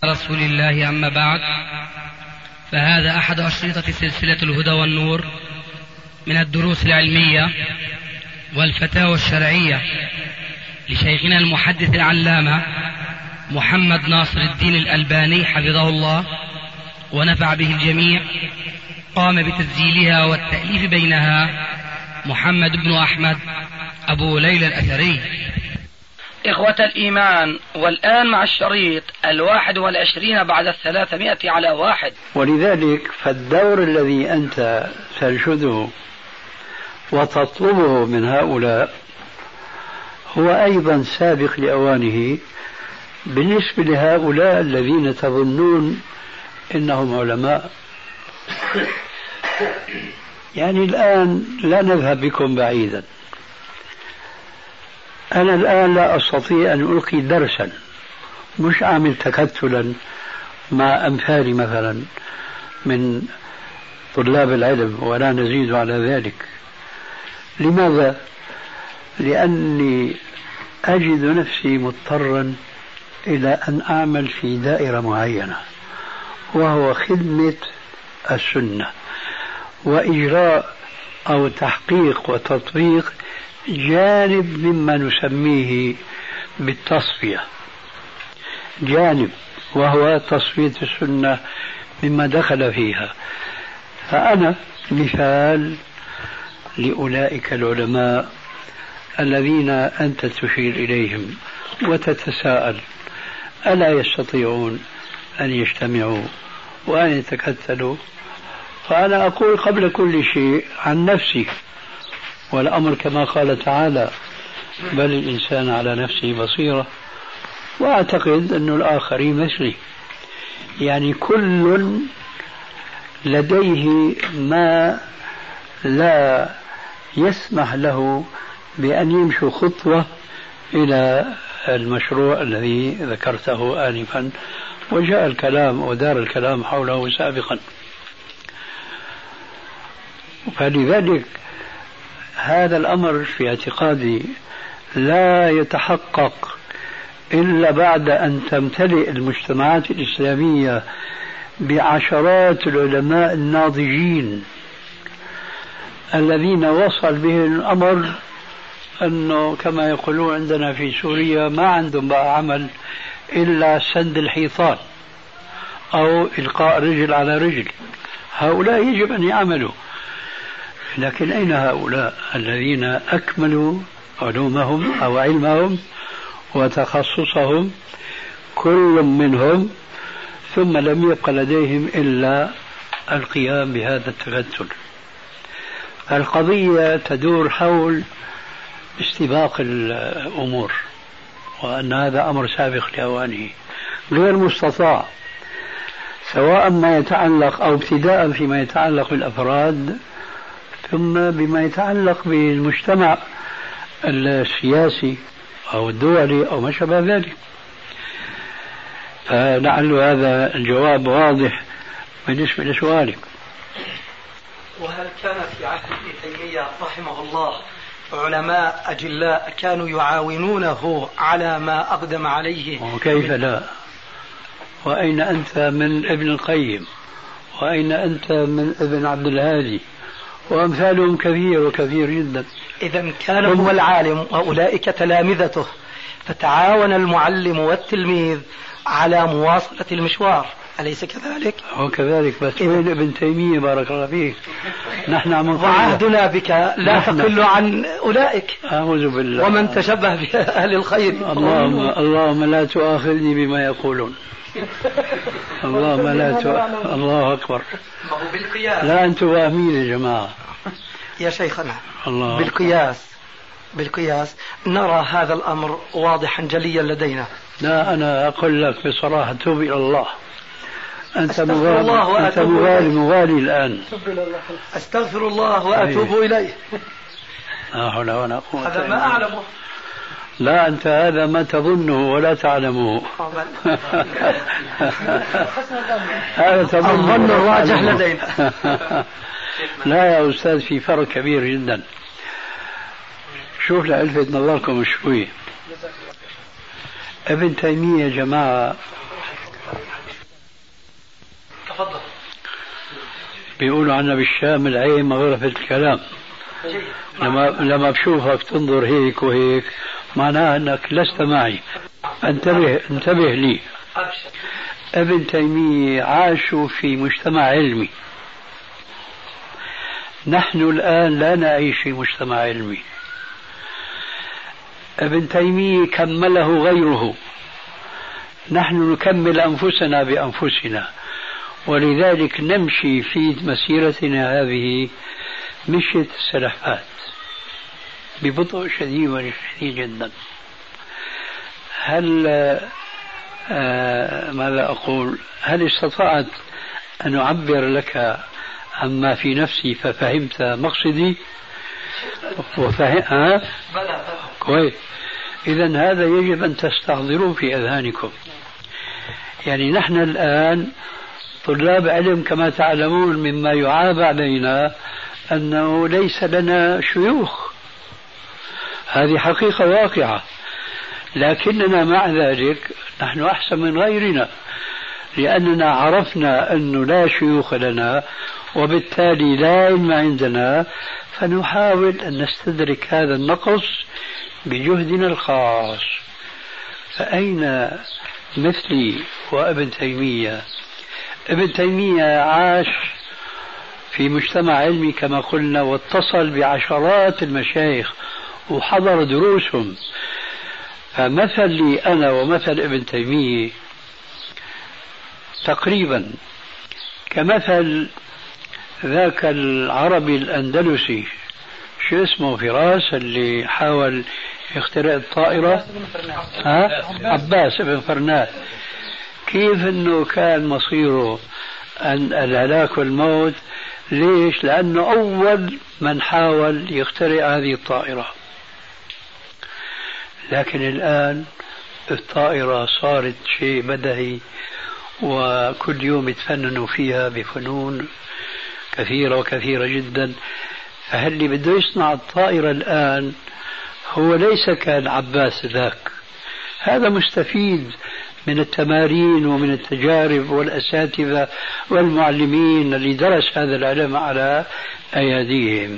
رسول الله. أما بعد، فهذا أحد أشرطة سلسلة الهدى والنور من الدروس العلمية والفتاوى الشرعية لشيخنا المحدث العلامة محمد ناصر الدين الألباني حفظه الله ونفع به الجميع. قام بتسجيلها والتأليف بينها محمد بن أحمد أبو ليلى الأثري. إخوة الإيمان، والآن مع الشريط 21 بعد 300 على 1. ولذلك فالدور الذي أنت تنشده وتطلبه من هؤلاء هو أيضا سابق لأوانه بالنسبة لهؤلاء الذين تظنون إنهم علماء. يعني الآن لا نذهب بكم بعيدا. أنا الآن لا أستطيع أن ألقي درسا، مش أعمل تكتلا مع أمثالي مثلا من طلاب العلم ولا نزيد على ذلك. لماذا؟ لأني أجد نفسي مضطرا إلى أن أعمل في دائرة معينة، وهو خدمة السنة وإجراء أو تحقيق وتطبيق جانب مما نسميه بالتصفية، جانب وهو تصفية السنة مما دخل فيها. فأنا مثال لأولئك العلماء الذين أنت تشير إليهم وتتساءل ألا يستطيعون أن يجتمعوا وأن يتكتلوا. فأنا أقول قبل كل شيء عن نفسي، والأمر كما قال تعالى بل الإنسان على نفسه بصيرة، وأعتقد أن الآخرين مثلي. يعني كل لديه ما لا يسمح له بأن يمشي خطوة إلى المشروع الذي ذكرته آنفا وجاء الكلام ودار الكلام حوله سابقا. فلذلك هذا الأمر في اعتقادي لا يتحقق إلا بعد أن تمتلئ المجتمعات الإسلامية بعشرات العلماء الناضجين الذين وصل بهم الأمر أنه كما يقولون عندنا في سوريا ما عندهم بقى عمل إلا سند الحيطان أو إلقاء رجل على رجل. هؤلاء يجب أن يعملوا، لكن أين هؤلاء الذين أكملوا علومهم أو علمهم وتخصصهم كل منهم ثم لم يبق لديهم إلا القيام بهذا التكتل؟ القضية تدور حول استباق الأمور، وأن هذا أمر سابق لأوانه غير مستطاع، سواء ما يتعلق أو ابتداء فيما يتعلق بالأفراد ثم بما يتعلق بالمجتمع السياسي أو الدولي أو ما شابه ذلك. فلعل هذا الجواب واضح بالنسبة لسؤالك. وهل كان في عهد ابن تيمية رحمه الله علماء أجلاء كانوا يعاونونه على ما أقدم عليه؟ وكيف لا؟ وأين أنت من ابن القيم؟ وأين أنت من ابن عبد الهادي؟ وأمثالهم كثير وكثير جدا. إذا كان هو العالم وأولئك تلامذته، فتعاون المعلم والتلميذ على مواصلة المشوار، أليس كذلك؟ هو كذلك، بس وين ابن تيمية بارك الله فيك؟ نحن وعهدنا بك لا تقل عن أولئك. أعوذ بالله. ومن تشبه بأهل الخير. اللهم لا تؤاخذني بما يقولون. اللهم لا الله أكبر. لا أنتم واهمين يا جماعة. يا شيخنا الله بالقياس نرى هذا الأمر واضحا جليا لدينا. لا أنا أقول لك بصراحة توب إلى الله. أنت مغالي الآن. أستغفر الله وأتوب إليه. لا حول ولا قوة. هذا ما أعلمه. لا أنت هذا ما تظنه ولا تعلمه. هذا الظن الراجح لدينا. لا يا أستاذ، في فرق كبير جدا. شوف لألفت نظركم شوي. ابن تيمية يا جماعة بيقولوا عنا بالشام العين مغرفة الكلام. لما بشوفك تنظر هيك وهيك معناها أنك لست معي. انتبه لي. ابن تيمية عاشوا في مجتمع علمي، نحن الآن لا نعيش في مجتمع علمي. ابن تيمية كمله غيره، نحن نكمل أنفسنا بأنفسنا، ولذلك نمشي في مسيرتنا هذه مشية السلفات ببطء شديد جدا. هل ماذا أقول؟ هل استطعت أن أعبر لك عما في نفسي ففهمت مقصدي؟ كويس. إذن هذا يجب أن تستحضروه في أذهانكم. يعني نحن الآن طلاب علم كما تعلمون، مما يعاب علينا أنه ليس لنا شيوخ، هذه حقيقة واقعة، لكننا مع ذلك نحن أحسن من غيرنا، لأننا عرفنا أنه لا شيوخ لنا وبالتالي لا علم عندنا، فنحاول أن نستدرك هذا النقص بجهدنا الخاص. فأين مثلي وابن تيمية؟ ابن تيمية عاش في مجتمع علمي كما قلنا، واتصل بعشرات المشايخ وحضر دروسهم. فمثل لي أنا ومثل ابن تيمية تقريبا كمثل ذاك العربي الأندلسي شو اسمه فراس اللي حاول يخترع الطائرة، عباس بن فرناس. كيف أنه كان مصيره أن الهلاك والموت؟ ليش؟ لأنه أول من حاول يخترع هذه الطائرة. لكن الآن الطائرة صارت شيء بدهي، وكل يوم يتفننوا فيها بفنون كثيرة وكثيرة جدا. فهل اللي بده يصنع الطائرة الآن هو ليس كان عباس ذاك، هذا مستفيد من التمارين ومن التجارب والأساتذة والمعلمين اللي درس هذا العلم على أيديهم.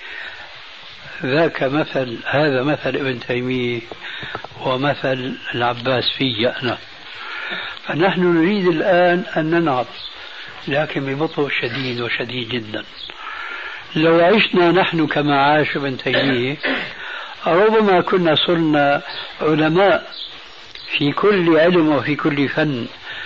ذاك مثل، هذا مثل ابن تيمية ومثل العباس في أنا. فنحن نريد الآن أن ننهض، لكن ببطء شديد وشديد جدا. لو عشنا نحن كما عاش ابن تيمية ربما كنا صرنا علماء في كل علم وفي كل فن،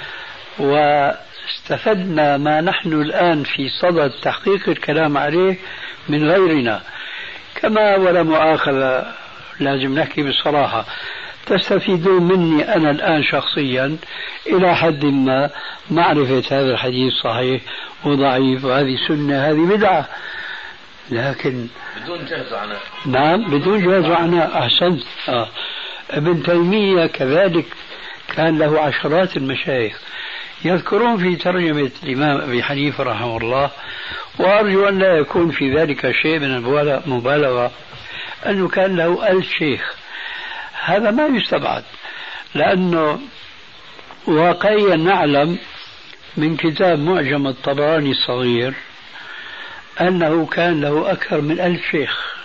واستفدنا ما نحن الآن في صدد تحقيق الكلام عليه من غيرنا. كما ولا مؤاخذة، لازم نحكي بصراحة، تستفيدون مني أنا الآن شخصيا إلى حد ما معرفة هذا الحديث صحيح وضعيف، وهذه سنة هذه بدعة، لكن بدون جهز عناء. نعم، بدون جهز عناء. أحسنت. ابن تيمية كذلك كان له عشرات المشايخ. يذكرون في ترجمة الإمام أبي حنيفة رحمه الله، وأرجو أن لا يكون في ذلك شيء من المبالغة، أنه كان له 1000 شيخ. هذا ما يستبعد، لأنه واقعيا نعلم من كتاب معجم الطبراني الصغير أنه كان له أكثر من 1000 شيخ.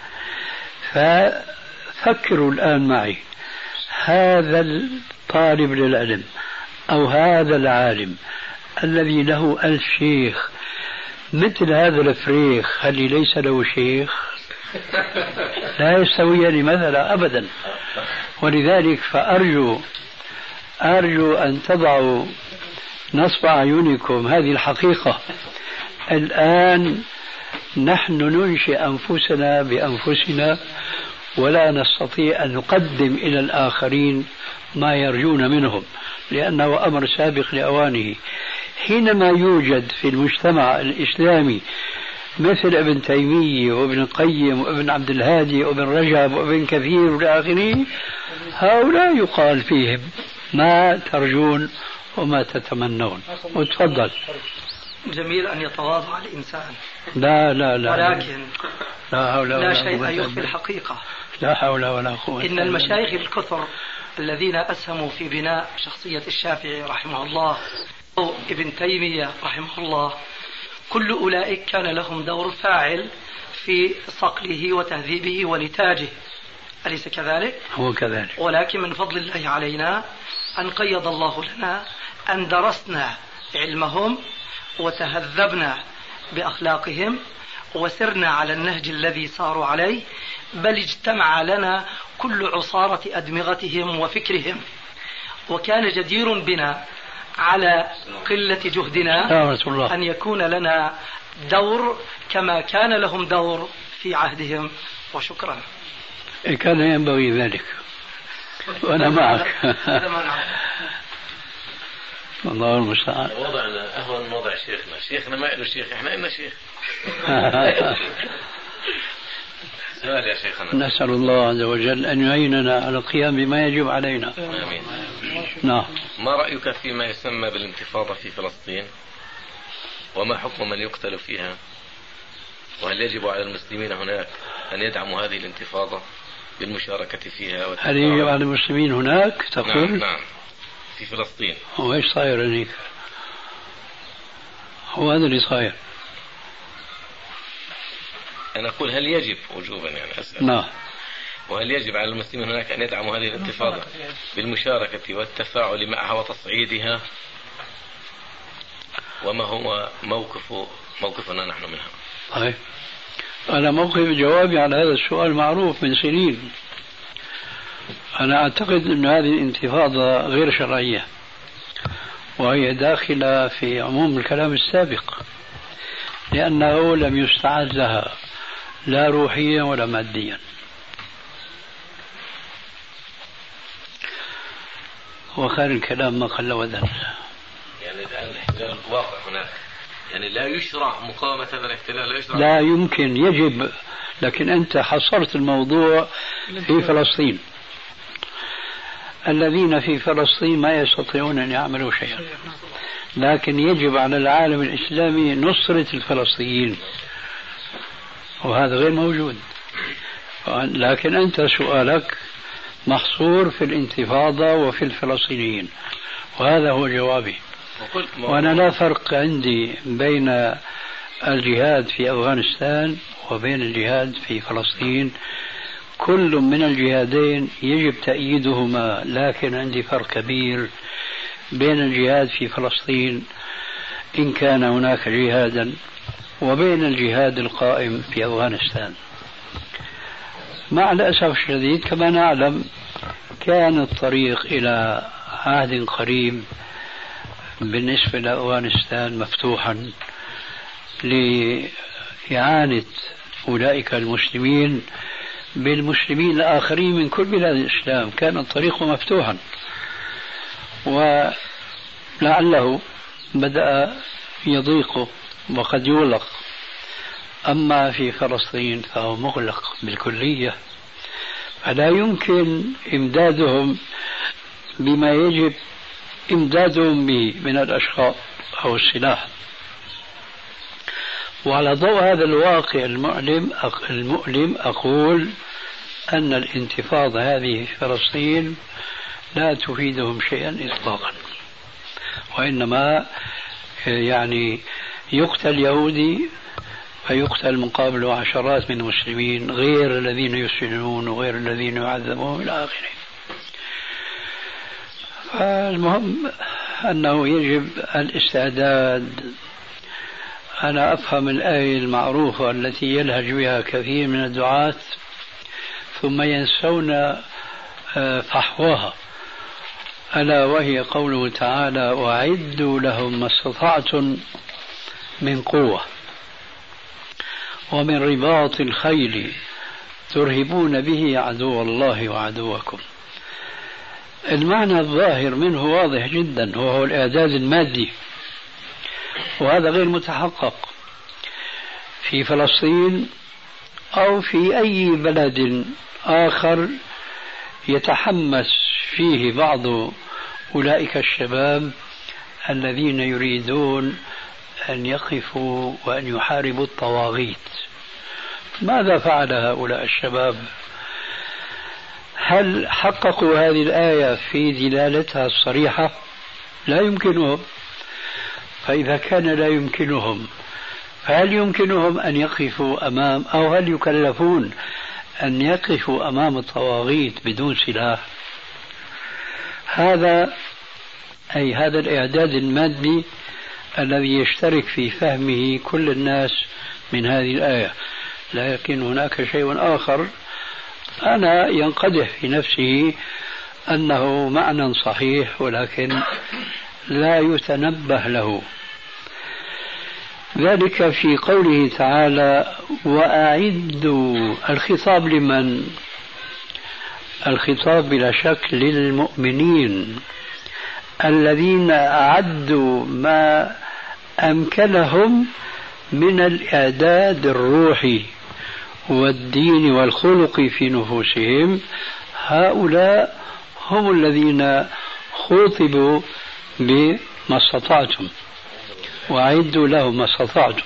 ففكروا الآن معي، هذا الطالب للعلم أو هذا العالم الذي له 1000 شيخ، مثل هذا الفريخ اللي ليس له شيخ لا يستويان مثلا أبدا. ولذلك فأرجو أن تضعوا نصب أعينكم هذه الحقيقة. الآن نحن ننشئ أنفسنا بأنفسنا، ولا نستطيع أن نقدم إلى الآخرين ما يرجون منهم، لأنه أمر سابق لأوانه. حينما يوجد في المجتمع الإسلامي مثل ابن تيمية وابن القيم وابن عبد الهادي وابن رجب وابن كثير والآخرين، هؤلاء يقال فيهم ما ترجون وما تتمنون. وتفضل. جميل أن يتواضع الإنسان، لا لا لا، ولكن لا شيء يخفي الحقيقة. لا حول ولا قوة. إن المشايخ الكثر الذين أسهموا في بناء شخصية الشافعي رحمه الله أو ابن تيمية رحمه الله، كل أولئك كان لهم دور فاعل في صقله وتهذيبه ونتاجه، أليس كذلك؟ هو كذلك. ولكن من فضل الله علينا أن قيض الله لنا أن درسنا علمهم وتهذبنا بأخلاقهم وسرنا على النهج الذي صاروا عليه، بل اجتمع لنا كل عصارة أدمغتهم وفكرهم، وكان جدير بنا على قلة جهدنا أن يكون لنا دور كما كان لهم دور في عهدهم. وشكرا. كان ينبغي ذلك وأنا معك. الله المستعان. وضعنا أهون من وضع شيخنا ما له شيخ، إحنا إلنا شيخ. سؤال يا شيخنا. نسأل الله عز وجل أن يعيننا على القيام بما يجب علينا. آمين. نعم. ما رأيك فيما يسمى بالانتفاضة في فلسطين؟ وما حكم من يقتل فيها؟ وهل يجب على المسلمين هناك أن يدعموا هذه الانتفاضة بالمشاركة فيها؟ هل يجب على المسلمين هناك تقول؟ نعم في فلسطين. هو ايش صاير هناك؟ هو هذا اللي صاير. أنا أقول هل يجب وجوبا يعني أسأل. نعم. وهل يجب على المسلمين هناك أن يدعموا هذه الانتفاضة بالمشاركة والتفاعل معها وتصعيدها؟ وما هو موقفنا نحن منها؟ طيب أنا موقف جوابي على هذا السؤال معروف من سنين. أنا أعتقد أن هذه الانتفاضة غير شرعية، وهي داخلة في عموم الكلام السابق، لأنه لم يستعد لها لا روحيا ولا ماديا. وخير الكلام ما قل ودل. يعني الآن الاحتلال واقع هناك، يعني لا يشرع مقاومة هذا الاحتلال، لا يشرع. لا يمكن، يجب. لكن أنت حصرت الموضوع في فلسطين. الذين في فلسطين ما يستطيعون أن يعملوا شيئا، لكن يجب على العالم الإسلامي نصرة الفلسطينيين، وهذا غير موجود. لكن أنت سؤالك محصور في الانتفاضة وفي الفلسطينيين، وهذا هو جوابي. وأنا لا فرق عندي بين الجهاد في أفغانستان وبين الجهاد في فلسطين. كل من الجهادين يجب تأييدهما، لكن عندي فرق كبير بين الجهاد في فلسطين إن كان هناك جهادا وبين الجهاد القائم في أفغانستان. مع الأسف الشديد كما نعلم كان الطريق إلى عهد قريب بالنسبة لأفغانستان مفتوحا لإعانة أولئك المسلمين بالمسلمين الآخرين من كل بلاد الإسلام. كان الطريق مفتوحا، ولعله بدأ يضيق وقد يغلق. أما في فلسطين فهو مغلق بالكلية، فلا يمكن إمدادهم بما يجب إمدادهم به من الأشخاص أو السلاح. وعلى ضوء هذا الواقع المؤلم أقول أن الانتفاضة هذه في فلسطين لا تفيدهم شيئا إطلاقا، وإنما يعني يقتل يهودي فيقتل مقابله عشرات من المسلمين غير الذين يسجنون وغير الذين يعذبون إلى آخره. فالمهم أنه يجب الاستعداد. أنا أفهم الآية المعروفة التي يلهج بها كثير من الدعاة ثم ينسون فحواها، ألا وهي قوله تعالى: وأعدوا لهم ما استطعتم من قوة ومن رباط الخيل ترهبون به عدو الله وعدوكم. المعنى الظاهر منه واضح جدا، وهو الإعداد المادي، وهذا غير متحقق في فلسطين أو في أي بلد آخر يتحمس فيه بعض أولئك الشباب الذين يريدون أن يقفوا وأن يحاربوا الطواغيت. ماذا فعل هؤلاء الشباب؟ هل حققوا هذه الآية في دلالتها الصريحة؟ لا يمكنهم. فإذا كان لا يمكنهم فهل يمكنهم أن يقفوا أمام، أو هل يكلفون أن يقفوا أمام الطواغيت بدون سلاح؟ هذا الإعداد المادي الذي يشترك في فهمه كل الناس من هذه الآية. لكن هناك شيء آخر أنا ينقدح في نفسه أنه معنى صحيح ولكن لا يتنبه له، ذلك في قوله تعالى وأعدوا. الخطاب لمن؟ الخطاب بلا شك للمؤمنين الذين أعدوا ما أمكنهم من الإعداد الروحي والدين والخلق في نفوسهم. هؤلاء هم الذين خاطبوا بما استطعتم وأعدوا لهم ما استطعتم.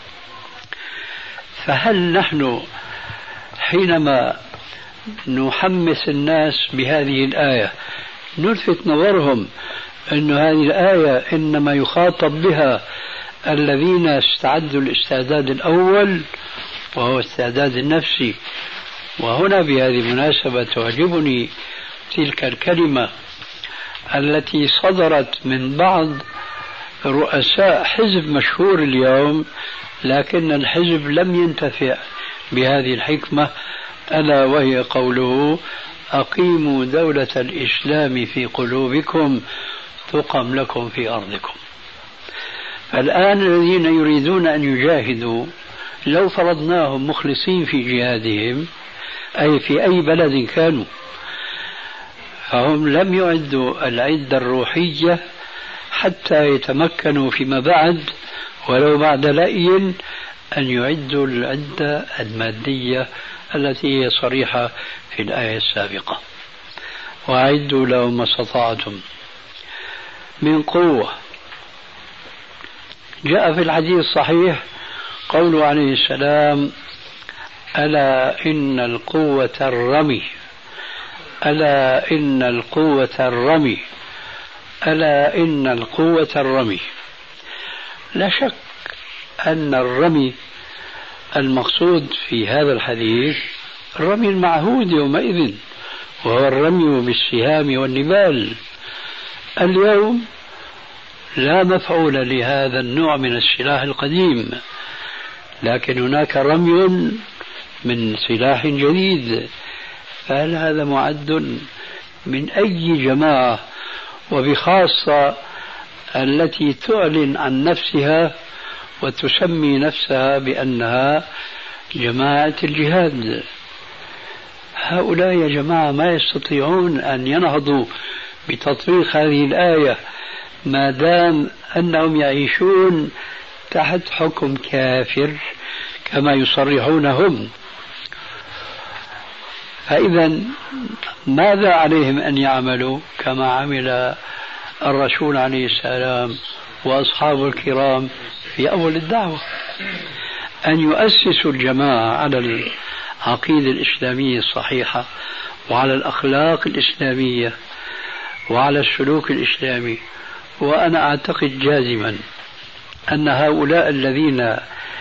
فهل نحن حينما نحمس الناس بهذه الآية نلفت نظرهم أن هذه الآية إنما يخاطب بها الذين استعدوا الاستعداد الأول وهو استعداد النفسي؟ وهنا بهذه المناسبة تعجبني تلك الكلمة التي صدرت من بعض رؤساء حزب مشهور اليوم، لكن الحزب لم ينتفع بهذه الحكمة، ألا وهي قوله أقيموا دولة الإسلام في قلوبكم تقم لكم في أرضكم. الآن الذين يريدون أن يجاهدوا لو فرضناهم مخلصين في جهادهم أي في أي بلد كانوا، فهم لم يعدوا العدة الروحية حتى يتمكنوا فيما بعد ولو بعد لأي أن يعدوا العدة المادية التي هي صريحة في الآية السابقة وأعدوا لهم ما استطعتم من قوة. جاء في الحديث الصحيح قوله عليه السلام ألا إن القوة الرمي، ألا إن القوة الرمي، ألا إن القوة الرمي. لا شك أن الرمي المقصود في هذا الحديث الرمي المعهود يومئذ، وهو الرمي بالسهام والنبال. اليوم لا مفعول لهذا النوع من السلاح القديم، لكن هناك رمي من سلاح جديد. فهل هذا معد من أي جماعة، وبخاصة التي تعلن عن نفسها وتسمي نفسها بأنها جماعة الجهاد؟ هؤلاء يا جماعة ما يستطيعون أن ينهضوا بتطبيق هذه الآية ما دام أنهم يعيشون تحت حكم كافر كما يصرحون هم. فإذا ماذا عليهم أن يعملوا كما عمل الرسول عليه السلام وأصحابه الكرام في أول الدعوة؟ أن يؤسسوا الجماعة على العقيدة الإسلامية الصحيحة وعلى الأخلاق الإسلامية وعلى السلوك الإسلامي. وأنا أعتقد جازما أن هؤلاء الذين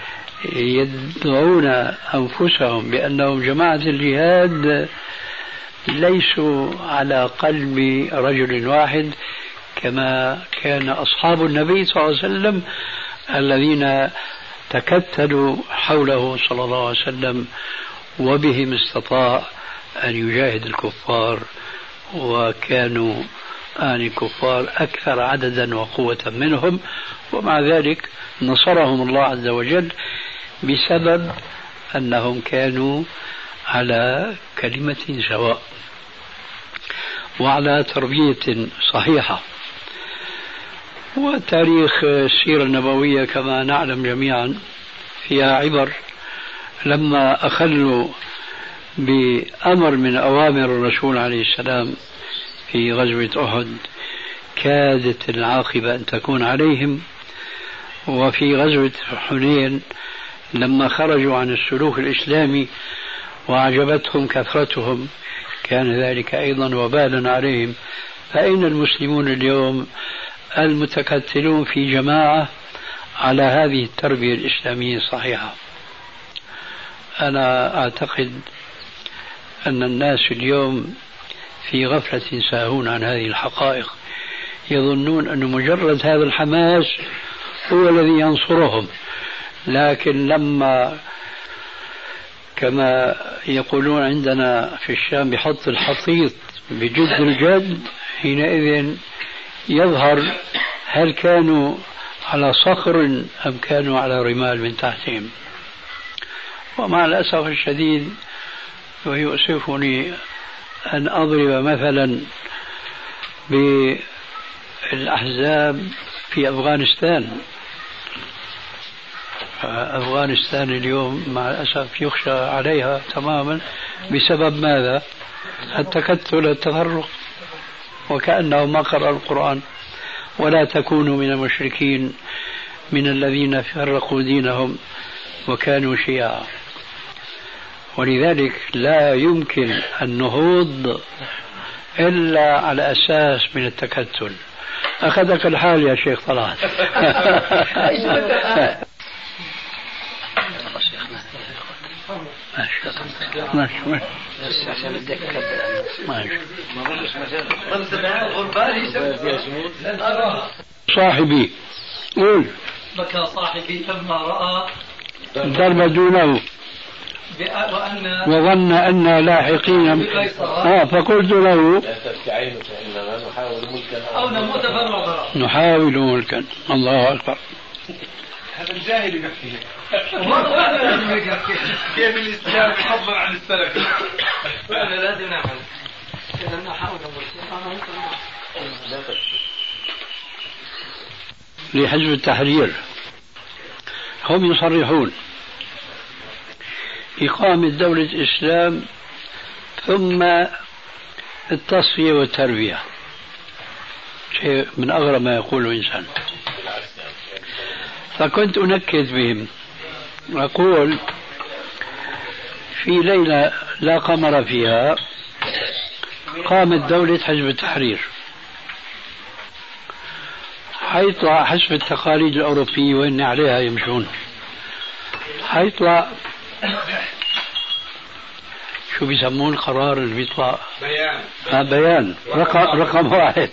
يدعون أنفسهم بأنهم جماعة الجهاد ليسوا على قلب رجل واحد كما كان أصحاب النبي صلى الله عليه وسلم الذين تكتلوا حوله صلى الله عليه وسلم وبهم استطاع أن يجاهد الكفار، وكانوا الكفار أكثر عددا وقوة منهم، ومع ذلك نصرهم الله عز وجل بسبب أنهم كانوا على كلمة سواء وعلى تربية صحيحة. وتاريخ السيرة النبوية كما نعلم جميعا فيها عبر. لما أخلوا بأمر من أوامر الرسول عليه السلام في غزوة أحد كادت العاقبة أن تكون عليهم. وفي غزوة حنين لما خرجوا عن السلوك الإسلامي وأعجبتهم كثرتهم كان ذلك أيضا وبالا عليهم. فأين المسلمون اليوم المتكتلون في جماعة على هذه التربية الإسلامية الصحيحة. أنا أعتقد أن الناس اليوم في غفلة ساهون عن هذه الحقائق، يظنون أن مجرد هذا الحماس هو الذي ينصرهم، لكن لما كما يقولون عندنا في الشام بحط الحطيط بجد الجد، حينئذ يظهر هل كانوا على صخر أم كانوا على رمال من تحتهم. ومع الأسف الشديد ويؤسفني أن أضرب مثلا بالأحزاب في أفغانستان. أفغانستان اليوم مع الأسف يخشى عليها تماما بسبب ماذا؟ التكتل التفرق، وكأنه ما قرأ القرآن. ولا تكونوا من المشركين من الذين فرقوا دينهم وكانوا شيعا. ولذلك لا يمكن النهوض إلا على أساس من التكتل. أخذك الحال يا شيخ طلعت. صاحبي قول بكى صاحبي لما رأى ضرب دونه وظن أن لاحقين فقلت له لا تبكي عينك إنما نحاول ملكا أو نموت فرغا. نحاول ملكا. الله أكبر. هذا الجاهل يحكي كيف الإسلام يفضل عن السلف. فأنا لازم نعمل إذا نحاول لحزب التحرير هم يصرحون إقامة دولة الإسلام ثم التصفية والتربية، شيء من أغرب ما يقوله إنسان. فكنت أنكد بهم أقول في ليلة لا قمر فيها قامت دولة حزب التحرير، حيطلع حسب التقاليد الأوروبية وإن عليها يمشون، حيطلع شو بيسمون القرار اللي بيطلع؟ بيان رقم واحد.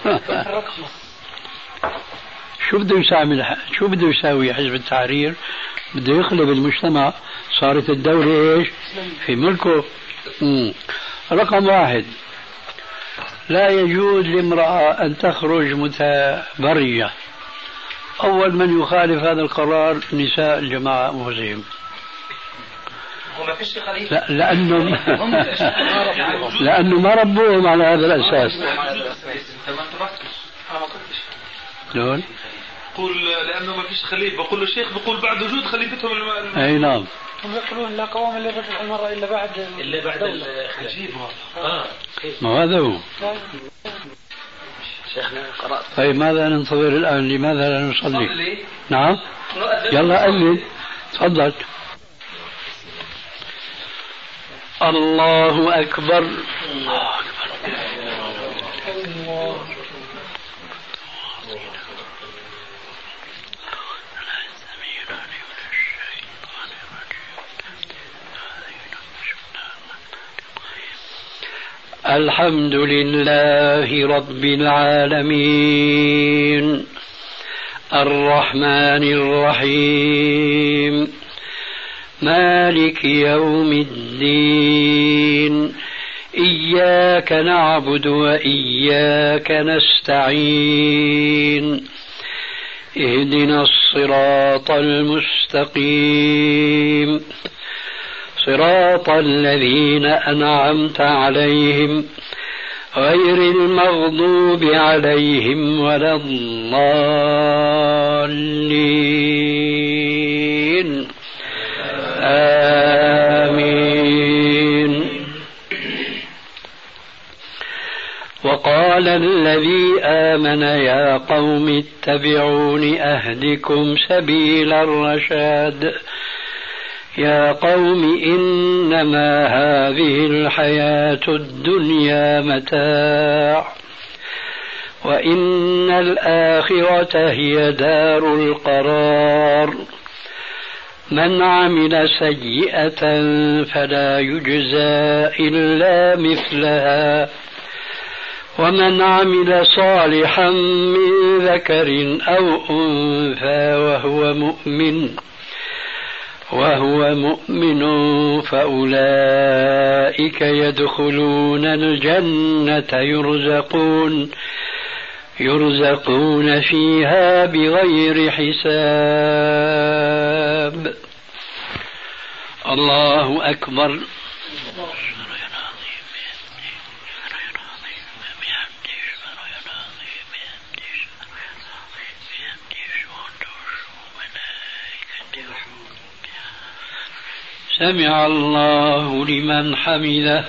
شو بده يساوي؟ شو بده يساوي حزب التحرير؟ بده يقلب المجتمع، صارت الدولة ايش؟ في ملكه. رقم واحد، لا يجوز لامرأة أن تخرج متبرجة. أول من يخالف هذا القرار نساء الجماعة أنفسهم. لا لأنه ما ربوهم على هذا الأساس. دول قول لأنه ما فيش خليفة. بقول له الشيخ بقول بعد وجود خليفتهم أي نعم. هم يقولون لا قوام للرجل المرأة إلا بعد عجيب. ما هذا هو. طيب ماذا ننتظر الآن؟ لماذا لا نصلي؟ نعم يلا قلل تفضل. الله أكبر. الله أكبر. الحمد لله رب العالمين الرحمن الرحيم مالك يوم الدين إياك نعبد وإياك نستعين اهدنا الصراط المستقيم صراط الذين أنعمت عليهم غير المغضوب عليهم ولا الضالين آمين. وقال الذي آمن يا قوم اتبعون أهدكم سبيل الرشاد يا قوم إنما هذه الحياة الدنيا متاع وإن الآخرة هي دار القرار من عمل سيئة فلا يجزى إلا مثلها ومن عمل صالحا من ذكر أو أنثى وهو مؤمن فأولئك يدخلون الجنة يرزقون فيها بغير حساب. الله أكبر. سمع الله لمن حمده.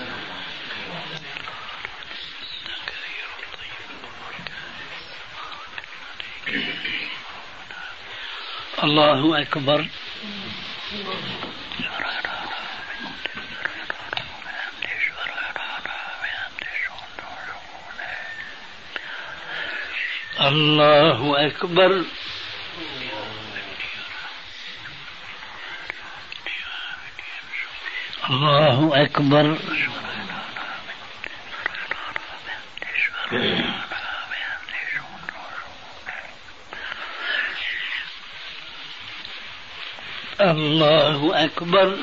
الله أكبر. الله أكبر. الله أكبر. الله أكبر.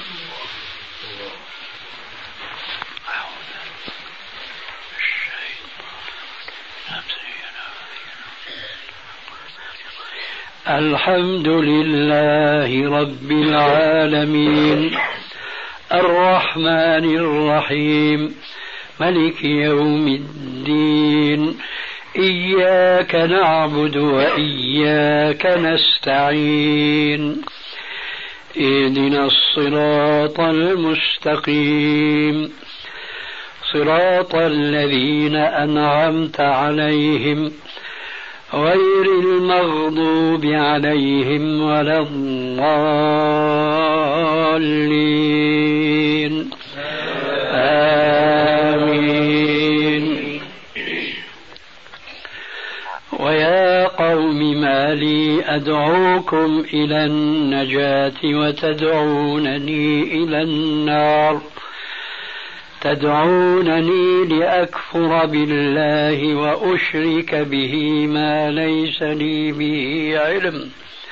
الحمد لله رب العالمين الرحمن الرحيم ملك يوم الدين إياك نعبد وإياك نستعين اهدنا الصراط المستقيم صراط الذين أنعمت عليهم غير المغضوب عليهم ولا الضالين آمين. ويا قوم ما لي أدعوكم إلى النجاة وتدعونني إلى النار تدعونني لأكفر بالله وأشرك به ما ليس لي به علم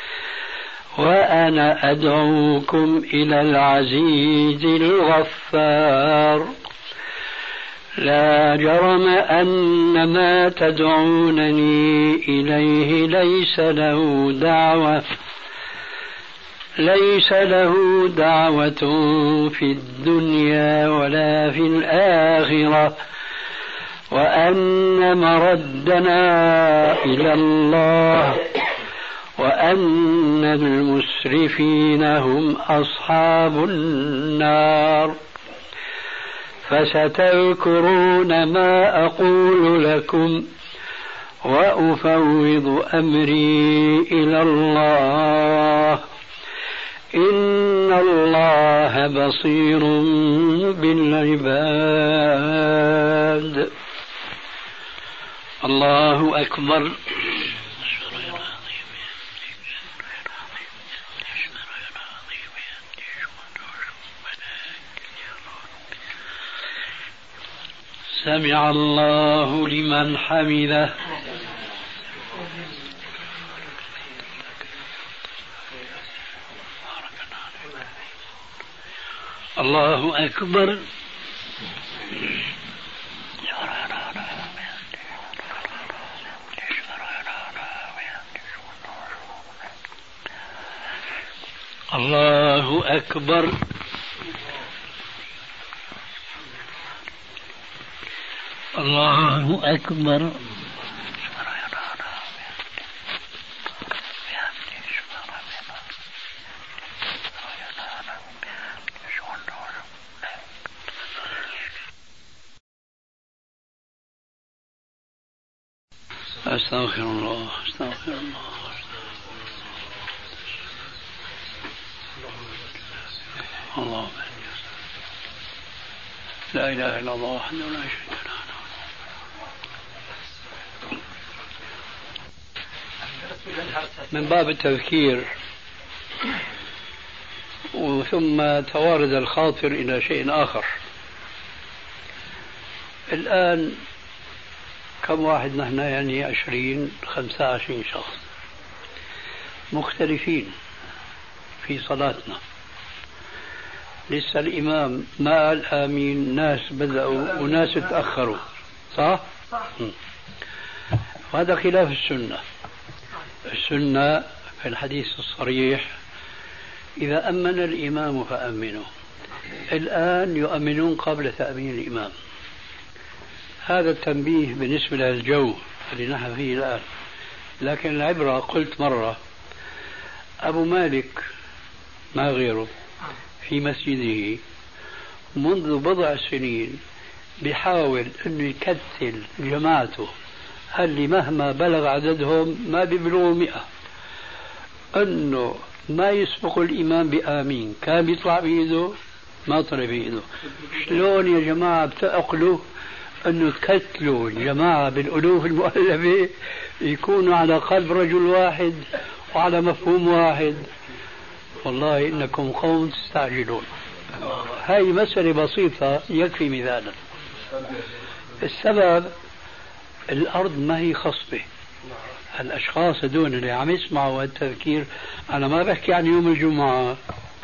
وأنا أدعوكم إلى العزيز الغفار. لا جرم أن ما تدعونني إليه ليس له دعوة في الدنيا ولا في الآخرة وأن مردنا إلى الله وأن المسرفين هم أصحاب النار. فستذكرون ما أقول لكم وأفوض أمري إلى الله إن الله بصير بالعباد. الله أكبر. سمع الله لمن حمده. الله أكبر. الله أكبر. الله أكبر. أستغفر الله أستغفر الله. الله لا إله إلا الله وحده لا شريك له. من باب التذكير، ثم توارد الخاطر إلى شيء آخر. الآن كم واحد نحن؟ يعني 25 شخص مختلفين في صلاتنا. لسه الإمام ما قال آمين، ناس بدأوا وناس تأخروا، صح؟ وهذا خلاف السنة. السنة في الحديث الصريح إذا أمن الإمام فأمنوا. الآن يؤمنون قبل تأمين الإمام. هذا التنبيه بالنسبة للجو اللي نحن فيه الآن. لكن العبرة، قلت مرة، أبو مالك ما غيره في مسجده منذ بضع سنين بيحاول أنه يكتل جماعته اللي مهما بلغ عددهم ما بيبلغوا 100، أنه ما يسبق الإمام بآمين. كان بيطلع بإيده، ما طلع بإيده. شلون يا جماعة بتأقلوا أنه تكتلوا الجماعة بالألوف المؤلفة يكونوا على قلب رجل واحد وعلى مفهوم واحد؟ والله إنكم قوم تستعجلون. هاي مسألة بسيطة يكفي مثالا. السبب الأرض ما هي خصبة. الأشخاص هدول اللي عم يسمعوا التذكير، أنا ما بحكي عن يوم الجمعة،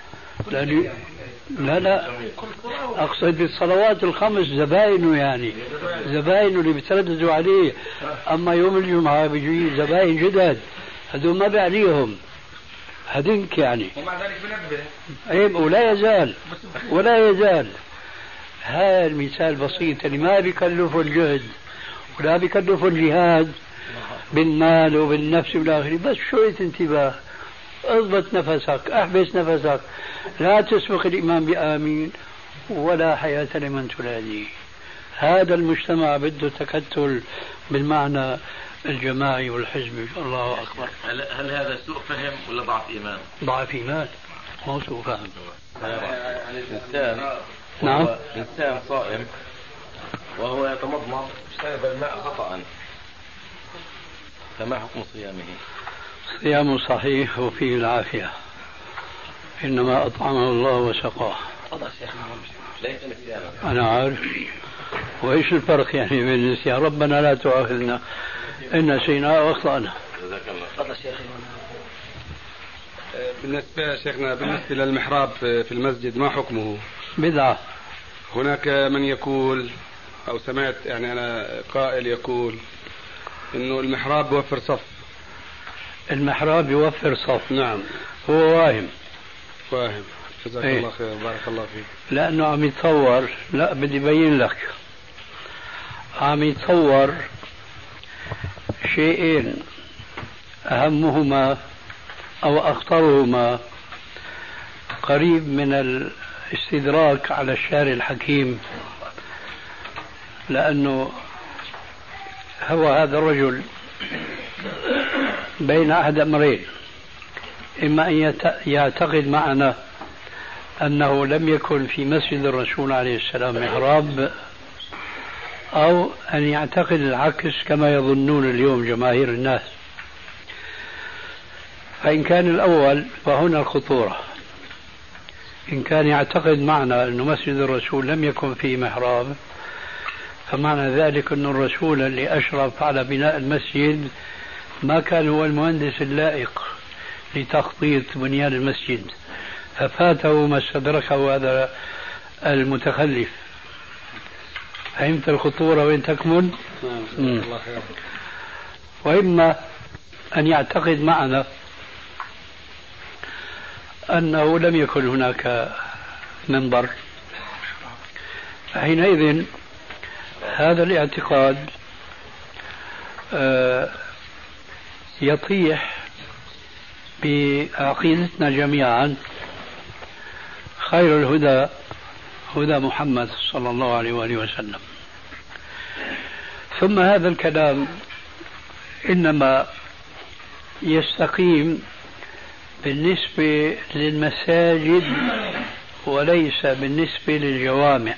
لا أقصد بالصلوات الخمس زباينه، يعني زباينه اللي بيترددوا عليه. أما يوم الجمعة بيجي زباين جدد، هدول ما بيعنيهم هدنك يعني. ومع ذلك بنبه عيب ولا يزال. هذا المثال بسيط اللي ما بيكلفه الجهد ولا بيكلفه الجهاد بالمال وبالنفس والآخر، بس شوية انتباه، اضبط نفسك، احبس نفسك، لا تسبق الإمام بآمين ولا حياة لمن تناديه. هذا المجتمع بده تكتل بالمعنى الجماعي والحزبي. الله أكبر. هل هذا سوء فهم ولا ضعف إيمان؟ ضعف إيمان، مو سوء فهم. الإنسان نعم، إنسان صائم وهو يتمضمض يشرب الماء خطأ، فما حكم صيامه؟ صيامه صحيح وفيه العافية، إنما أطعمه الله وسقاه. أنا عارف. وإيش الفرق يعني بين النسيان؟ ربنا لا تؤاخذنا إن نسينا وأخطأنا. بالنسبة يا شيخنا، بالنسبة للمحراب في المسجد ما حكمه؟ بدعة. هناك من يقول أو سمعت يعني أنا قائل يقول إنه المحراب بيوفر صف. المحراب يوفر صف؟ نعم. هو واهم. جزاك الله خير، بارك الله فيك. لأنه عم يتصور، لا بدي بين لك، عم يتصور شيئين أهمهما أو أخطرهما قريب من الاستدراك على الشارع الحكيم. لأنه هو هذا الرجل بين أحد أمرين: إما أن يعتقد معنا أنه لم يكن في مسجد الرسول عليه السلام محراب، أو أن يعتقد العكس كما يظنون اليوم جماهير الناس. فإن كان الأول فهنا الخطورة. إن كان يعتقد معنا أن مسجد الرسول لم يكن فيه محراب، فمعنى ذلك أن الرسول اللي أشرف على بناء المسجد ما كان هو المهندس اللائق لتخطيط بنيان المسجد، ففاته ما استدركه هذا المتخلف. فهمت الخطورة وين تكمن؟ وإما أن يعتقد معنا أنه لم يكن هناك منبر، حينئذ هذا الاعتقاد يطيح بعقيدتنا جميعا: خير الهدى هدى محمد صلى الله عليه وآله وسلم. ثم هذا الكلام إنما يستقيم بالنسبة للمساجد وليس بالنسبة للجوامع.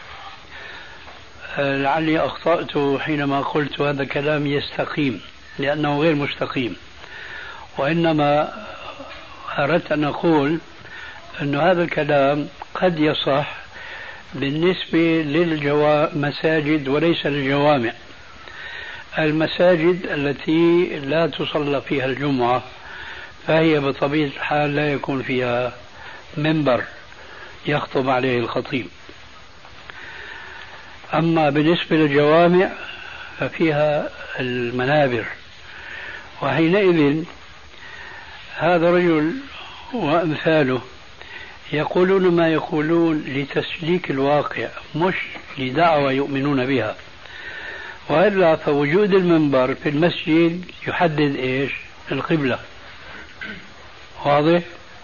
لعلي أخطأت حينما قلت هذا كلام يستقيم، لأنه غير مستقيم. وإنما أردت أن أقول أن هذا الكلام قد يصح بالنسبة للمساجد وليس للجوامع. المساجد التي لا تصلى فيها الجمعة فهي بطبيعة الحال لا يكون فيها منبر يخطب عليه الخطيب. أما بالنسبة للجوامع ففيها المنابر، وحينئذ هذا الرجل وأمثاله يقولون ما يقولون لتسليك الواقع مش لدعوة يؤمنون بها، وإلا فوجود المنبر في المسجد يحدد إيش؟ القبلة. واضح؟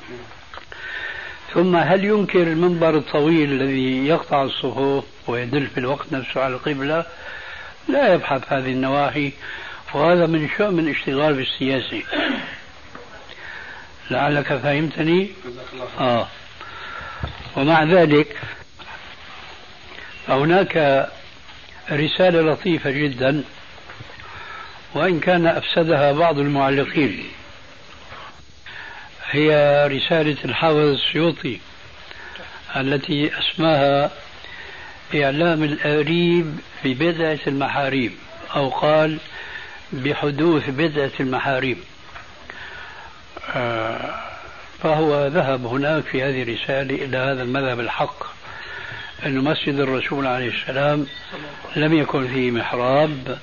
ثم هل ينكر المنبر الطويل الذي يقطع الصفوف ويدل في الوقت نفسه على القبلة؟ لا يبحث هذه النواحي، وهذا من شؤم الاشتغال بالسياسة. لعلك فهمتني؟ ومع ذلك هناك رسالة لطيفة جدا وإن كان أفسدها بعض المعلقين، هي رسالة الحافظ السيوطي التي اسمها إعلام الآريب ببدعة المحاريب، أو قال بحدوث بدعة المحاريب. فهو ذهب هناك في هذه الرسالة إلى هذا المذهب الحق، أن مسجد الرسول عليه السلام لم يكن فيه محراب،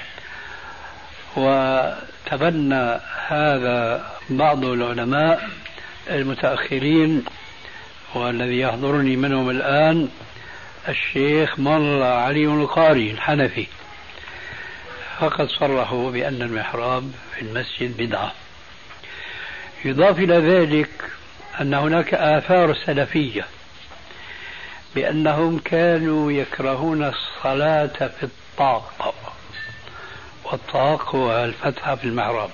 وتبنى هذا بعض العلماء المتأخرين، والذي يحضرني منهم الآن الشيخ مولا علي القاري الحنفي، فقد صرحوا بأن المحراب في المسجد بدعة. يضاف إلى ذلك أن هناك آثار سلفية بأنهم كانوا يكرهون الصلاة في الطاق، والطاق هو الفتحة في المحراب.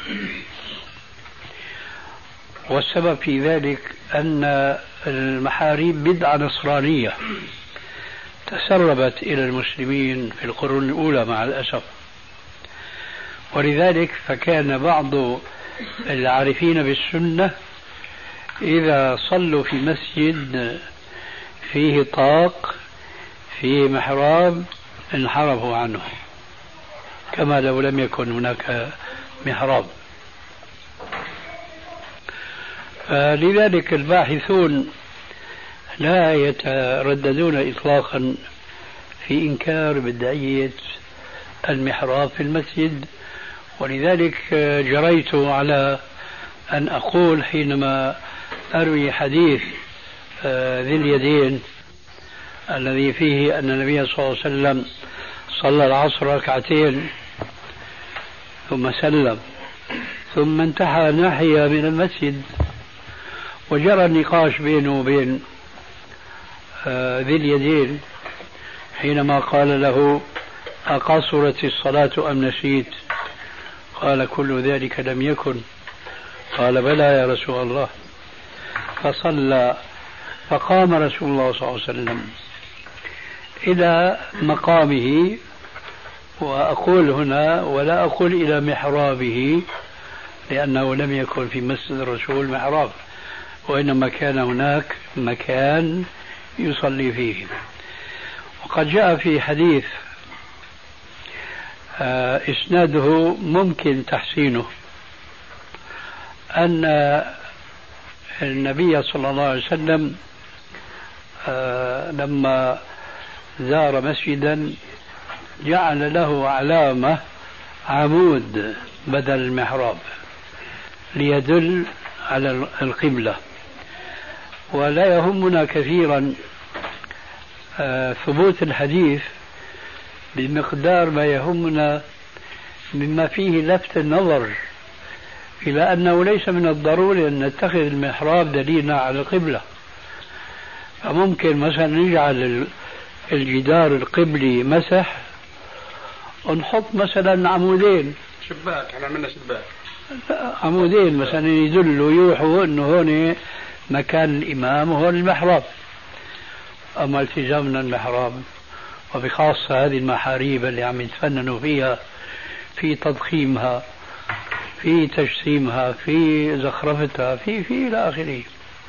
والسبب في ذلك أن المحاريب بدعة نصرانية تسربت إلى المسلمين في القرون الأولى مع الأسف، ولذلك فكان بعض العارفين بالسنة إذا صلوا في مسجد فيه طاق فيه محراب انحرفوا عنه كما لو لم يكن هناك محراب. لذلك الباحثون لا يترددون إطلاقا في إنكار بدعية المحراب في المسجد، ولذلك جريت على أن أقول حينما أروي حديث ذي اليدين الذي فيه أن النبي صلى الله عليه وسلم صلى العصر ركعتين ثم سلم ثم انتهى ناحية من المسجد، وجرى النقاش بينه وبين ذي اليدين حينما قال له أقصرت الصلاة أم نسيت؟ قال كل ذلك لم يكن. قال بلى يا رسول الله. فصلى، فقام رسول الله صلى الله عليه وسلم إلى مقامه، وأقول هنا ولا أقول إلى محرابه لأنه لم يكن في مسجد الرسول محراب، وإنما كان هناك مكان يصلي فيه. وقد جاء في حديث إسناده ممكن تحسينه أن النبي صلى الله عليه وسلم لما زار مسجدا جعل له علامة عمود بدل المحراب ليدل على القبلة. ولا يهمنا كثيرا ثبوت الحديث بمقدار ما يهمنا مما فيه لفت النظر إلى أنه ليس من الضروري أن نتخذ المحراب دليلا على القبلة. فممكن مثلا نجعل الجدار القبلي مسح ونحط مثلا عمودين شباك، احنا عملنا شباك عمودين مثلا يدلوا يوحوا انه هون مكان الامام وهون المحراب. اما التزامنا المحراب وبخاصة هذه المحاريب اللي عم يتفننوا فيها في تضخيمها في تجسيمها، في زخرفتها، في إلى آخره.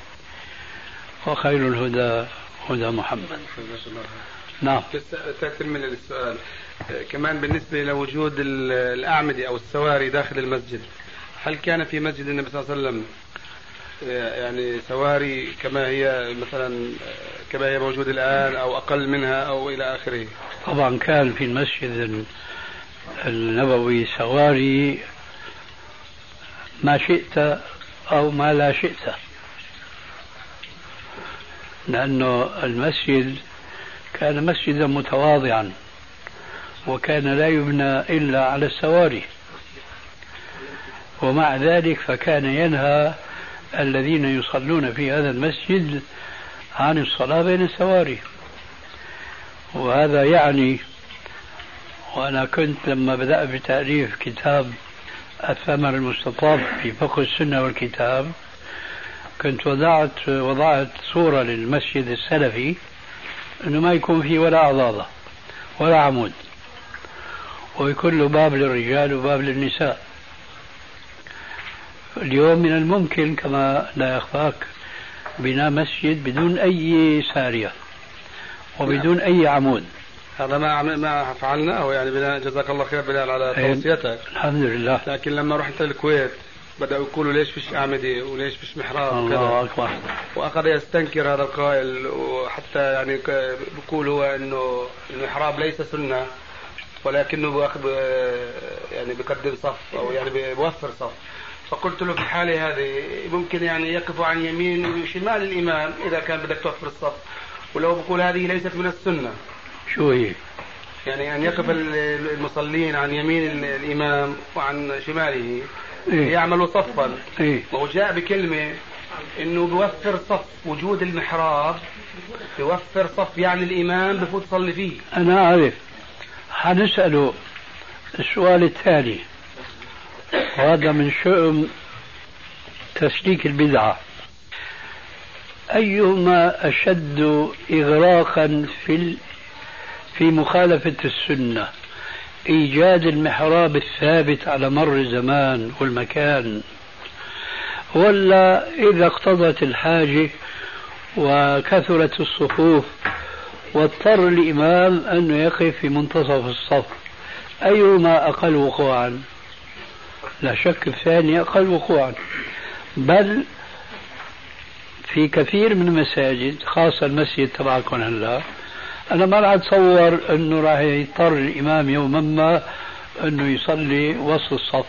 وخير الهدى هدى محمد. نعم. تكمل السؤال كمان بالنسبة لوجود الأعمدة أو السواري داخل المسجد، هل كان في مسجد النبي صلى الله عليه وسلم يعني سواري كما هي مثلا كما هي موجودة الآن أو أقل منها أو إلى آخره؟ طبعا كان في المسجد النبوي سواري ما شئت أو ما لا شئت، لأنه المسجد كان مسجدا متواضعا وكان لا يبنى إلا على السواري، ومع ذلك فكان ينهى الذين يصلون في هذا المسجد عن الصلاة بين السواري. وهذا يعني، وأنا كنت لما بدأت بتأليف كتاب الثمر المستطاب في فقه السنة والكتاب كنت وضعت صورة للمسجد السلفي أنه ما يكون فيه ولا أعضاضة ولا عمود، ويكون له باب للرجال وباب للنساء. اليوم من الممكن كما لا يخفاك بناء مسجد بدون أي سارية وبدون أي عمود. هذا ما فعلناه يعني بناء، جزاك الله خير بلال على توصيتك. الحمد لله. لكن لما رحت الكويت بدأوا يقولوا ليش فيش أعمدة وليش فيش محراب الله أكبر، وأخذ يستنكر هذا القائل، وحتى يعني بيقول هو إنه المحراب ليس سنة ولكنه بأخذ يعني بقدم صف أو يعني بيوفر صف. فقلت له في حالة هذه ممكن يعني يقف عن يمين وشمال الإمام إذا كان بدك توفر الصف، ولو بقول هذه ليست من السنة شو هي؟ يعني أن يقف المصلين عن يمين الإمام وعن شماله يعملوا صفا. وجاء بكلمة إنه بوفر صف، وجود المحراب بوفر صف يعني الإمام بفوت صلي فيه. أنا أعرف. حنسأله السؤال الثاني، وهذا من شؤم تسليك البدعة: أيهما أشد إغراقا في مخالفة السنة، إيجاد المحراب الثابت على مر الزمان والمكان، ولا إذا اقتضت الحاجة وكثرت الصفوف واضطر الإمام أنه يقف في منتصف الصف؟ أيهما أقل وقوعا؟ لا شك الثاني أقل وقوعا، بل في كثير من المساجد خاصة المسجد تبعكم هلا أنا ما راح أتصور أنه راح يضطر الإمام يوما ما أنه يصلي وسط الصف،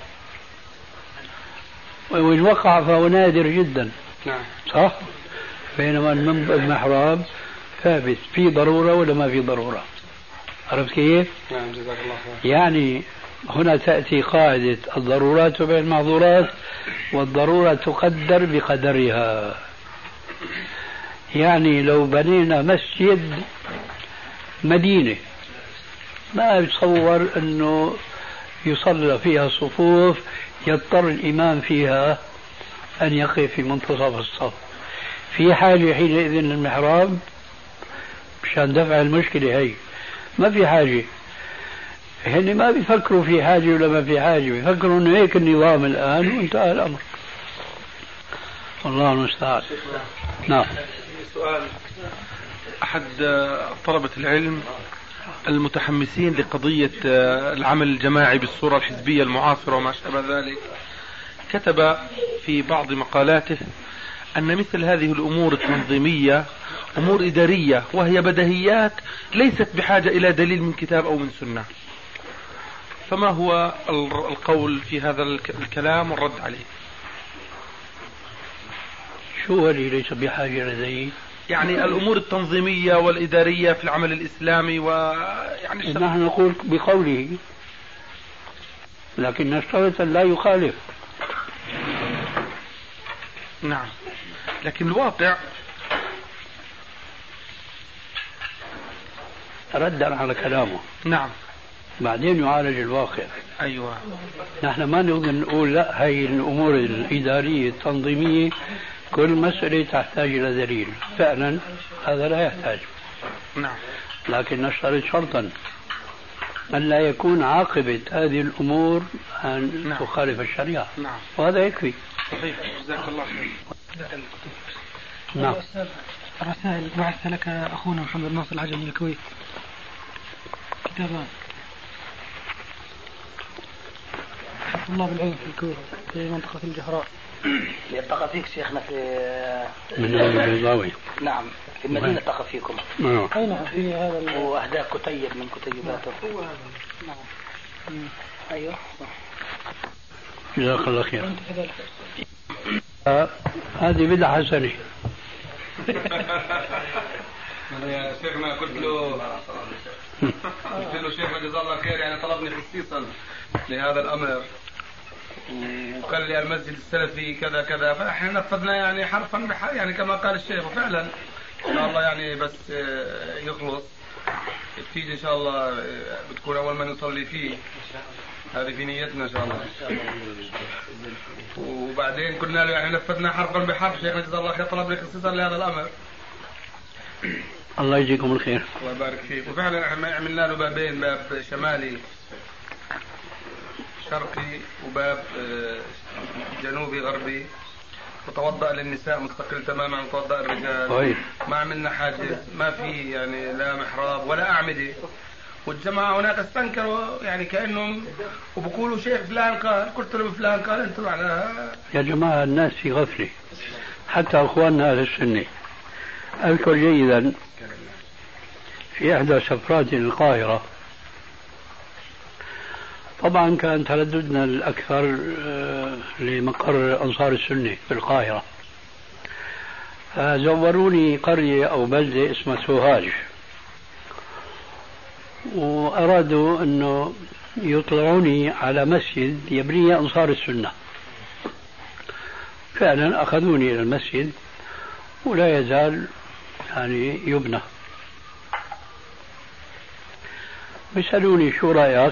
وإن وقع فهو نادر جدا. نعم صح؟ بينما المحراب ثابت، في ضرورة ولا ما في ضرورة؟ عرفت كيف؟ نعم جزاك الله خير. يعني هنا تأتي قاعدة الضرورات تبع المحظورات، والضرورة تقدر بقدرها. يعني لو بنينا مسجد مدينة ما يتصور أنه يصلى فيها صفوف يضطر الإمام فيها أن يقف في منتصف الصف. في حاجة حينئذ للمحراب مشان دفع المشكلة هي؟ ما في حاجة. هن ما بيفكروا في حاجة ولا ما في حاجة، بيفكروا أنه هيك النظام الآن وانتهى الأمر. الله المستعان. نعم. سؤال: أحد طلبة العلم المتحمسين لقضية العمل الجماعي بالصورة الحزبية المعاصرة وما شابه ذلك كتب في بعض مقالاته أن مثل هذه الأمور التنظيمية أمور إدارية وهي بديهيات ليست بحاجة إلى دليل من كتاب أو من سنة، فما هو القول في هذا الكلام والرد عليه؟ شو هو اللي ليس بحاجة لديه؟ يعني الأمور التنظيمية والإدارية في العمل الإسلامي ويعني نحن نقول بقوله، لكن نشترط أن لا يخالف. نعم، لكن الواقع ردا على كلامه. نعم، بعدين يعالج الواقع. أيوة. نحن ما نقدر نقول لا هي الأمور الإدارية التنظيمية كل مسألة تحتاج إلى دليل، فعلا هذا لا يحتاج. نعم، لكن نشترط شرطا أن لا يكون عاقبة هذه الأمور أن تخالف الشريعة. نعم. وهذا يكفي. صحيح. جزاك الله خير. نعم. الرسائل بعث لك أخونا محمد ناصر العجمي من الكويت كتابان طلاب العلم في الكويت في منطقة الجهراء. يلتقى فيك شيخنا في من البيضاوي. نعم في المدينة التقى فيكم. أي نعم في هذا وأهداك كتيب من كتيباته. نعم. أيوه. جزاك الله خير. هذه بدعة حسنة. يا شيخنا قلت له شيخنا جزاه الله خير يعني طلبني خصيصا لهذا الأمر وقال لي المسجد السلفي كذا كذا فاحنا نفذنا يعني حرفا بحرف يعني كما قال الشيخ وفعلا ان شاء الله يعني بس يخلص تيجي ان شاء الله بتكون اول ما نصلي فيه هذه في نيتنا ان شاء الله. وبعدين قلنا له يعني نفذنا حرفا بحرف شيخنا جزاه الله خير طلب لي خصيصا لهذا الامر. الله يجزيكم الخير. الله يبارك فيك. وفعلا احنا عملنا له بابين باب شمالي شرقي وباب جنوبي غربي وتوضأ للنساء مستقل تماما وتوضأ الرجال. ما عملنا حاجز ما في يعني لا محراب ولا أعمدة. والجماعة هناك استنكروا يعني كأنهم وبقولوا شيخ فلان قال قلت لهم فلان قال انتم على يا جماعة الناس في غفلة حتى أخواننا أهل السنة. أذكر جيدا في إحدى سفرات القاهرة طبعا كان ترددنا الأكثر لمقر أنصار السنة في القاهرة فزوروني قرية أو بلدة اسمها سوهاج وأرادوا أنه يطلعوني على مسجد يبنيه أنصار السنة. فعلا أخذوني إلى المسجد ولا يزال يعني يبنى. بيسألوني شو رأيك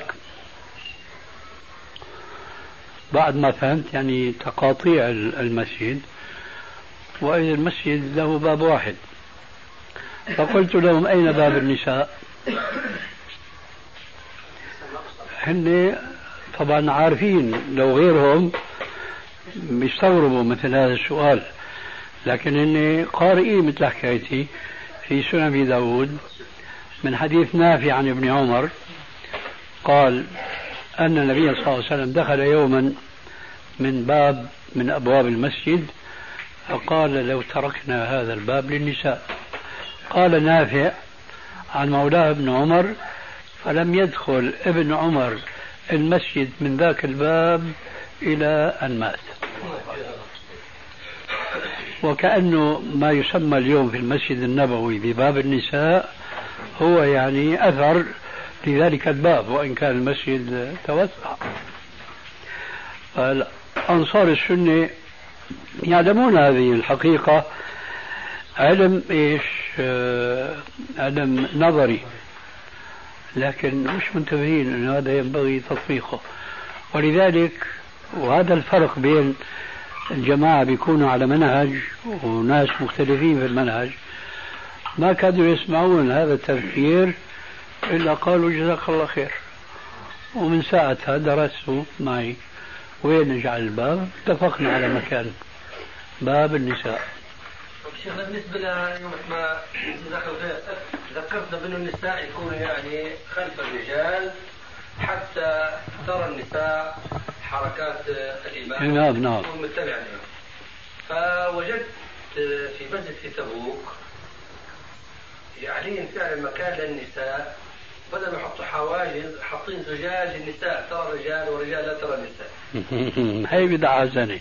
بعد ما فهمت يعني تقاطيع المسجد وإذا المسجد له باب واحد. فقلت لهم أين باب النساء؟ هن طبعا عارفين لو غيرهم بيستغربوا مثل هذا السؤال لكن هن قارئين مثل حكايتي في سنن أبي داود من حديث نافع عن ابن عمر قال أن النبي صلى الله عليه وسلم دخل يوما من باب من أبواب المسجد فقال لو تركنا هذا الباب للنساء. قال نافع عن مولاه ابن عمر فلم يدخل ابن عمر المسجد من ذاك الباب إلى أن مات. وكأنه ما يسمى اليوم في المسجد النبوي بباب النساء هو يعني أثر لذلك الباب وإن كان المسجد توسع. أنصار السنة يعلمون هذه الحقيقة علم إيش علم نظري لكن مش منتبهين أن هذا ينبغي تطبيقه. ولذلك وهذا الفرق بين الجماعة بيكونوا على منهج وناس مختلفين في المنهج ما كانوا يسمعون هذا التفكير إلا قالوا جزاك الله خير. ومن ساعتها درسوا معي وين نجعل الباب اتفقنا على مكان باب النساء. شيخنا بالنسبة ليوم ما جزاك الله خير ذكرتنا بأن النساء يكونوا يعني خلف الرجال حتى ترى النساء حركات الإمام نعم والمتبع لهم. فوجدت في مسجد في تبوك يعني فعلا مكان للنساء بدل ما يحطوا حواجز حاطين زجاج للنساء ترى الرجال والرجال لا ترى النساء. هي بدعة حسنة.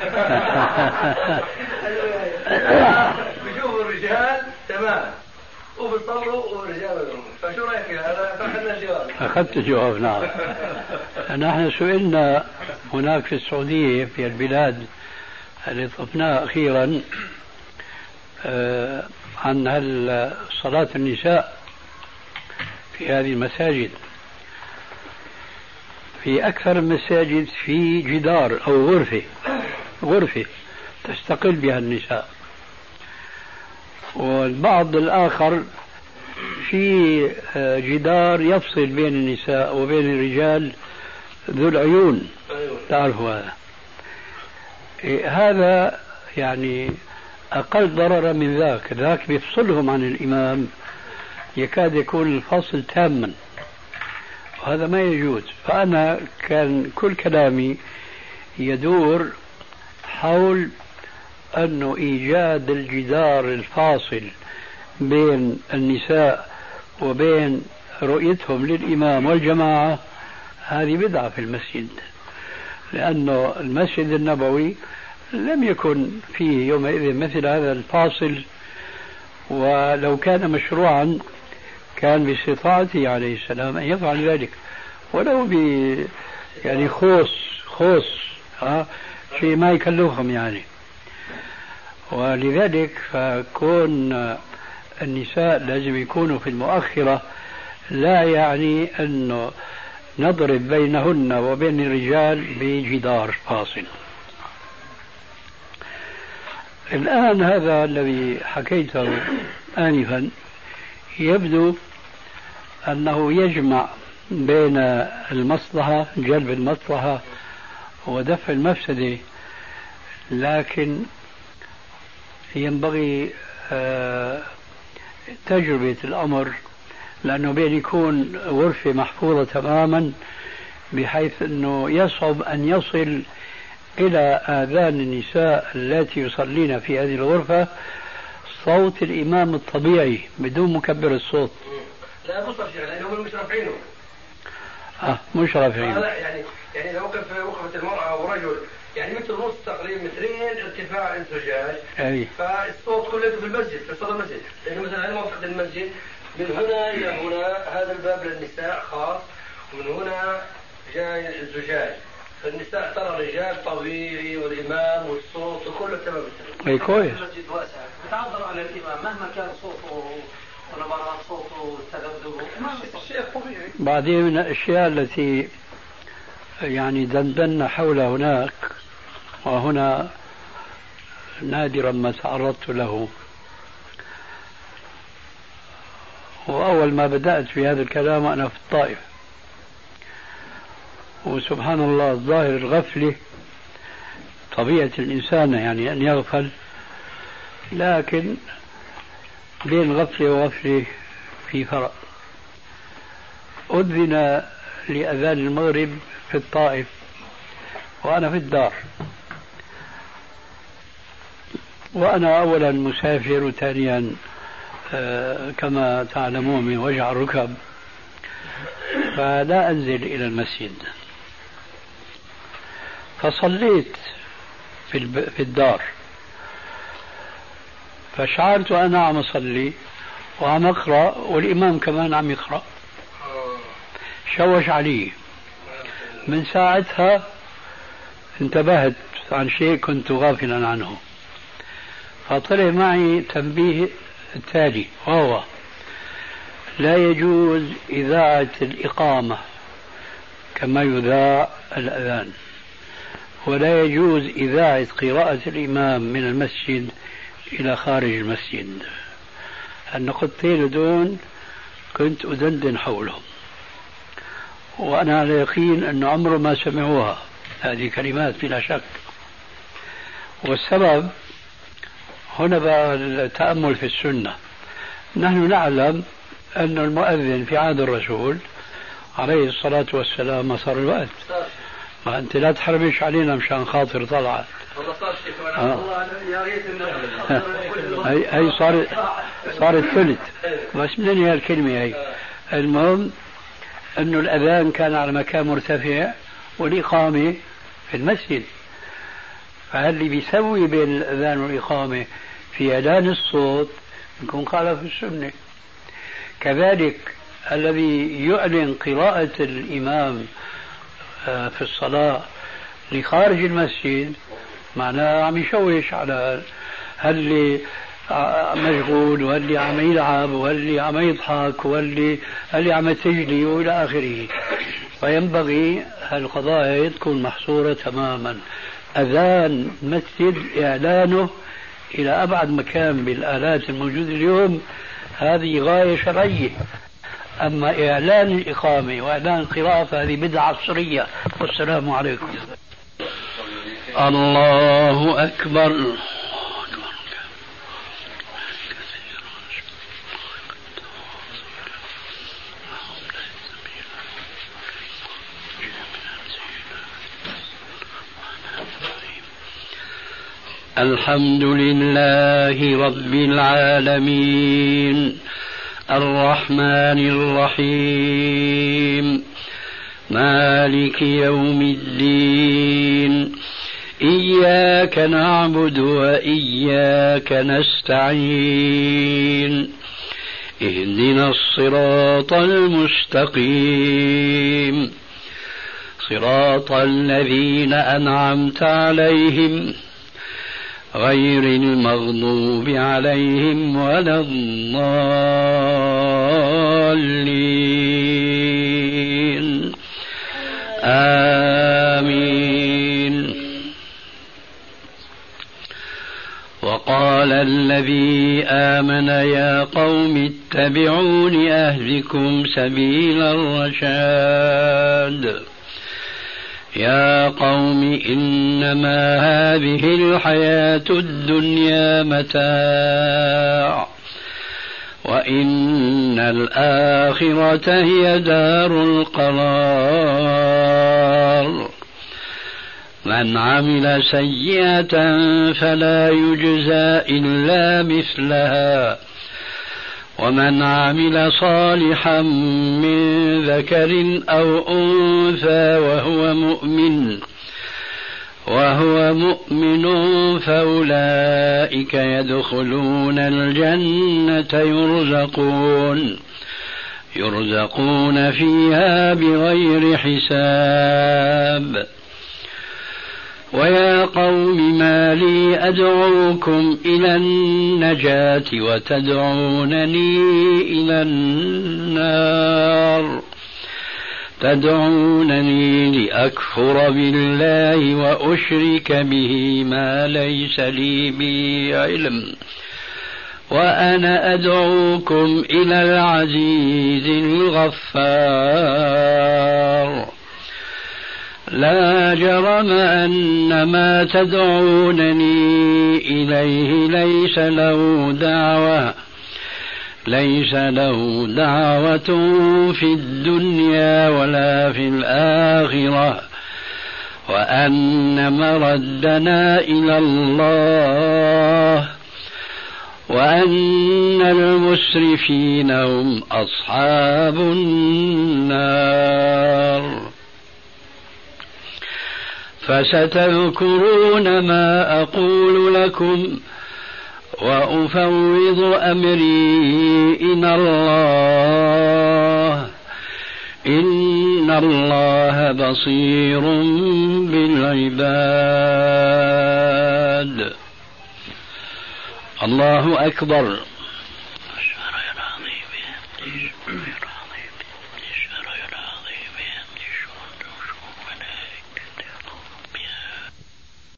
بيشوفوا الرجال تمام وبيصلوا والرجال يضربون. فشو رايك في هذا؟ فاخذنا الجواب. اخذت الجواب نعم. نحن سئلنا هناك في السعودية في البلاد اللي طفناها أخيرا عن هل صلاة النساء في هذه المساجد. في أكثر المساجد في جدار أو غرفة تستقل بها النساء. والبعض الآخر في جدار يفصل بين النساء وبين الرجال ذو العيون، تعرفوا هذا. هذا يعني أقل ضررا من ذاك بيفصلهم عن الإمام، يكاد يكون الفصل تاما، وهذا ما يجوز. فأنا كان كل كلامي يدور حول أنه إيجاد الجدار الفاصل بين النساء وبين رؤيتهم للإمام والجماعة هذه بدعة في المسجد، لأنه المسجد النبوي لم يكن فيه يومئذ مثل هذا الفاصل، ولو كان مشروعا كان باستطاعته عليه السلام أن يفعل ذلك ولو يعني خوص شيء ما يكلفهم يعني. ولذلك فكون النساء لازم يكونوا في المؤخرة لا يعني أنه نضرب بينهن وبين الرجال بجدار فاصل. الآن هذا الذي حكيته آنفا يبدو أنه يجمع بين المصلحة، جلب المصلحة ودفع المفسدة، لكن ينبغي تجربة الأمر، لأنه بين يكون غرفة محفوظة تماما بحيث أنه يصعب أن يصل إلى آذان النساء التي يصلين في هذه الغرفة صوت الإمام الطبيعي بدون مكبر الصوت. لا مش رافعينه لأنهم مش رافعينه. مش رافعينه. يعني لو وقف وقفت المرأة ورجل يعني متر ونص تقريبا مترين ارتفاع الزجاج، فالصوت كله في المسجد في صدر المسجد، لأنه مثلا على منطقة المسجد من هنا إلى هنا هذا الباب للنساء خاص، ومن هنا جاي الزجاج، فالنساء ترى الرجال طبيعي والإمام والصوت وكله تمام. أي كويس. المسجد واسع بتعذر على الإمام مهما كان صوته ونبرات صوته وتذبذبه، الشيء طبيعي. بعدين من الأشياء التي يعني دندنا حول هناك، وهنا نادرا ما تعرضت له، وأول ما بدأت في هذا الكلام أنا في الطائف، وسبحان الله الظاهر الغفلة طبيعة الإنسان يعني أن يغفل، لكن بين غفلة وغفلة في فرق. أذن لأذان المغرب في الطائف وأنا في الدار، وأنا أولا مسافر، وثانيا كما تعلمون من وجع الركب فلا أنزل إلى المسجد، فصليت في الدار، فشعرت أنا عم أصلي وعم أقرأ والإمام كمان عم يقرأ، شوش علي. من ساعتها انتبهت عن شيء كنت غافلا عنه، فطلع معي تنبيه التالي، وهو لا يجوز إذاعة الإقامة كما يذاع الأذان، ولا يجوز إذاعة قراءة الإمام من المسجد إلى خارج المسجد. النقطتين دون كنت أدندن حولهم، وأنا على يقين أن عمره ما سمعوها هذه كلمات بلا شك. والسبب هنا بقى التأمل في السنة. نحن نعلم أن المؤذن في عهد الرسول عليه الصلاة والسلام ما صار الوقت، ما أنت لا تحرمش علينا مشان خاطر طلعت. هي صارت ثلث بس من هي الكلمة هي. المهم أنه الأذان كان على مكان مرتفع والإقامة في المسجد، فهل اللي بيسوي بين الأذان والإقامة في إعلان الصوت يكون خالف السنة. كذلك الذي يعلن قراءة الإمام في الصلاة لخارج المسجد معناه عم يشوش على هل مشغول وهل عم يلعب وهل عم يضحك وهل عم تجلي وإلى آخره. فينبغي هالقضايا تكون محصورة تماما. أذان مسجد إعلانه إلى أبعد مكان بالآلات الموجودة اليوم هذه غاية شرعية. أما إعلان الإقامة وإعلان القراءة فهذه بدعة عصرية. والسلام عليكم. الله أكبر. الحمد لله رب العالمين الرحمن الرحيم مالك يوم الدين إياك نعبد وإياك نستعين اهدنا الصراط المستقيم صراط الذين أنعمت عليهم غير المغضوب عليهم ولا الضالين آمين. وقال الذي آمن يا قوم اتبعون أهدكم سبيل الرشاد يا قوم إنما هذه الحياة الدنيا متاع وإن الآخرة هي دار القرار من عمل سيئة فلا يجزى إلا مثلها ومن عمل صالحا من ذكر أو أنثى وهو مؤمن فأولئك يدخلون الجنة يرزقون فيها بغير حساب. ويا قوم ما لي أدعوكم إلى النجاة وتدعونني إلى النار تدعونني لأكفر بالله وأشرك به ما ليس لي به علم وأنا أدعوكم إلى العزيز الغفار لا جرم أن ما تدعونني إليه ليس له دعوة في الدنيا ولا في الآخرة وأن مردنا إلى الله وأن المسرفين هم أصحاب النار. فستذكرون ما أقول لكم وأفوض أمري إن الله بصير بالعباد. الله أكبر.